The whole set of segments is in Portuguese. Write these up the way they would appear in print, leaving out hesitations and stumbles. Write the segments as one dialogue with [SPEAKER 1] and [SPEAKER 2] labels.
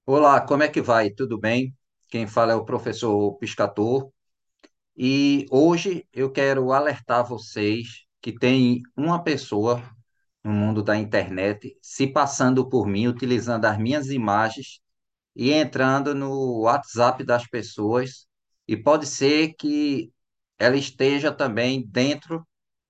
[SPEAKER 1] Olá, como é que vai? Tudo bem? Quem fala é o professor Piscator. E hoje eu quero alertar vocês que tem uma pessoa no mundo da internet se passando por mim, utilizando as minhas imagens e entrando no WhatsApp das pessoas. E pode ser que ela esteja também dentro,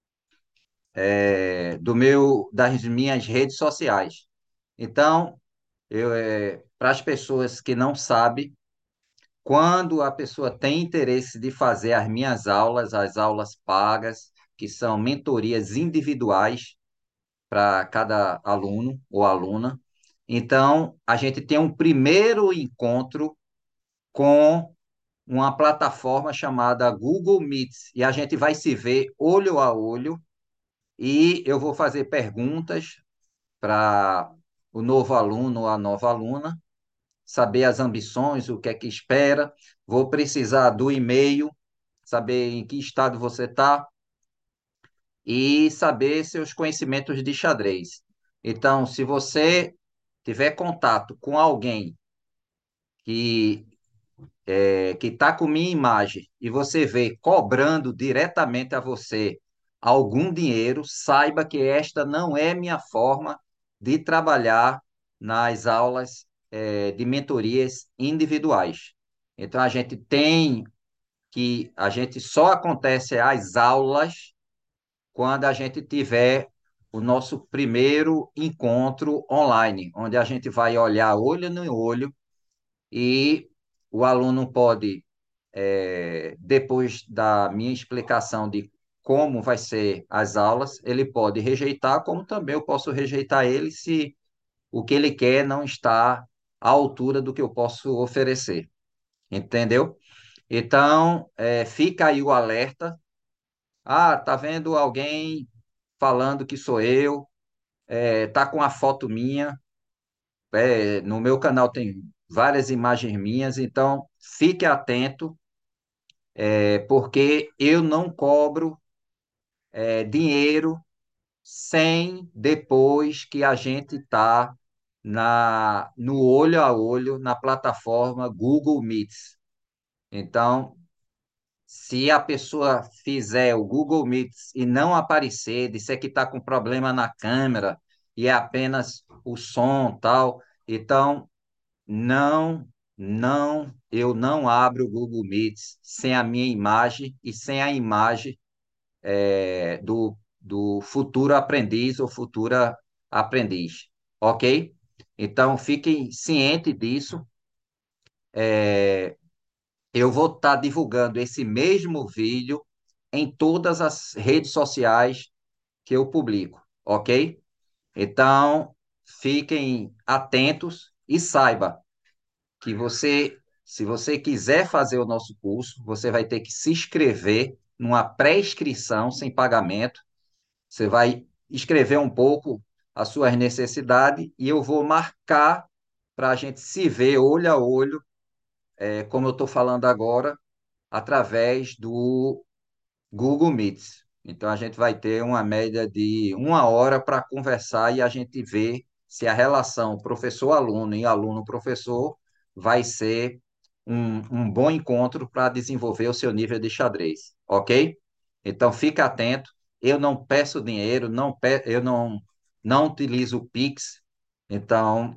[SPEAKER 1] das minhas redes sociais. Então, para as pessoas que não sabem, quando a pessoa tem interesse de fazer as minhas aulas, as aulas pagas, que são mentorias individuais para cada aluno ou aluna, então a gente tem um primeiro encontro com uma plataforma chamada Google Meets e a gente vai se ver olho a olho e eu vou fazer perguntas para o novo aluno ou a nova aluna saber as ambições, o que é que espera. Vou precisar do e-mail, saber em que estado você está e saber seus conhecimentos de xadrez. Então, se você tiver contato com alguém que que está com minha imagem e você vê cobrando diretamente a você algum dinheiro, saiba que esta não é minha forma de trabalhar nas aulas, de mentorias individuais. Então, a gente só acontece as aulas quando a gente tiver o nosso primeiro encontro online, onde a gente vai olhar olho no olho e o aluno pode, depois da minha explicação de como vai ser as aulas, ele pode rejeitar, como também eu posso rejeitar ele se o que ele quer não está à altura do que eu posso oferecer. Entendeu? Então, fica aí o alerta. Ah, tá vendo alguém falando que sou eu, tá com a foto minha, no meu canal tem várias imagens minhas, então fique atento, porque eu não cobro dinheiro sem depois que a gente está no olho a olho na plataforma Google Meets. Então, se a pessoa fizer o Google Meets e não aparecer, disser que está com problema na câmera e é apenas o som tal, então não, eu não abro o Google Meets sem a minha imagem e sem a imagem do futuro aprendiz ou futura aprendiz, ok? Então fiquem cientes disso. Eu vou estar divulgando esse mesmo vídeo em todas as redes sociais que eu publico, ok? Então, fiquem atentos e saiba que se você quiser fazer o nosso curso, você vai ter que se inscrever numa pré-inscrição sem pagamento. Você vai escrever um pouco as suas necessidades e eu vou marcar para a gente se ver olho a olho, como eu estou falando agora, através do Google Meets. Então, a gente vai ter uma média de uma hora para conversar e a gente vê se a relação professor-aluno e aluno-professor vai ser um bom encontro para desenvolver o seu nível de xadrez, ok? Então, fica atento. Eu não peço dinheiro, eu não utilizo o Pix, então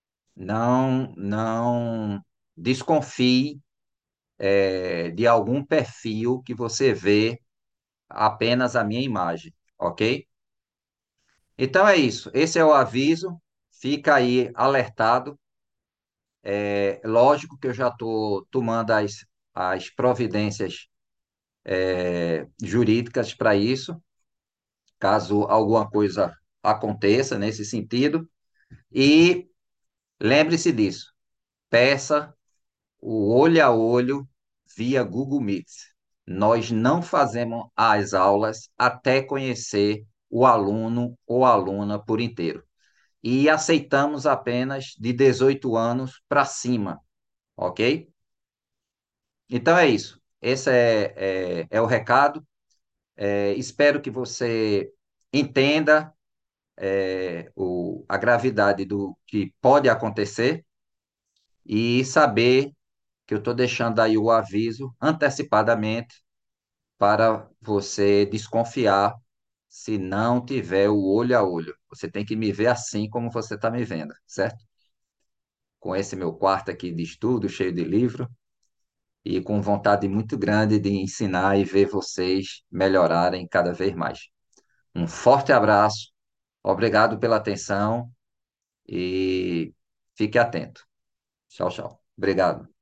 [SPEAKER 1] não desconfie, de algum perfil que você vê apenas a minha imagem, ok? Então é isso. Esse é o aviso. Fica aí alertado. É lógico que eu já estou tomando as providências, jurídicas para isso, caso alguma coisa aconteça nesse sentido. E lembre-se disso. Peça o olho a olho via Google Meets. Nós não fazemos as aulas até conhecer o aluno ou aluna por inteiro. E aceitamos apenas de 18 anos para cima, ok? Então é isso. Esse é o recado. Espero que você entenda, a gravidade do que pode acontecer e saber que eu estou deixando aí o aviso antecipadamente para você desconfiar se não tiver o olho a olho. Você tem que me ver assim como você está me vendo, certo? Com esse meu quarto aqui de estudo, cheio de livro, e com vontade muito grande de ensinar e ver vocês melhorarem cada vez mais. Um forte abraço, obrigado pela atenção e fique atento. Tchau, tchau. Obrigado.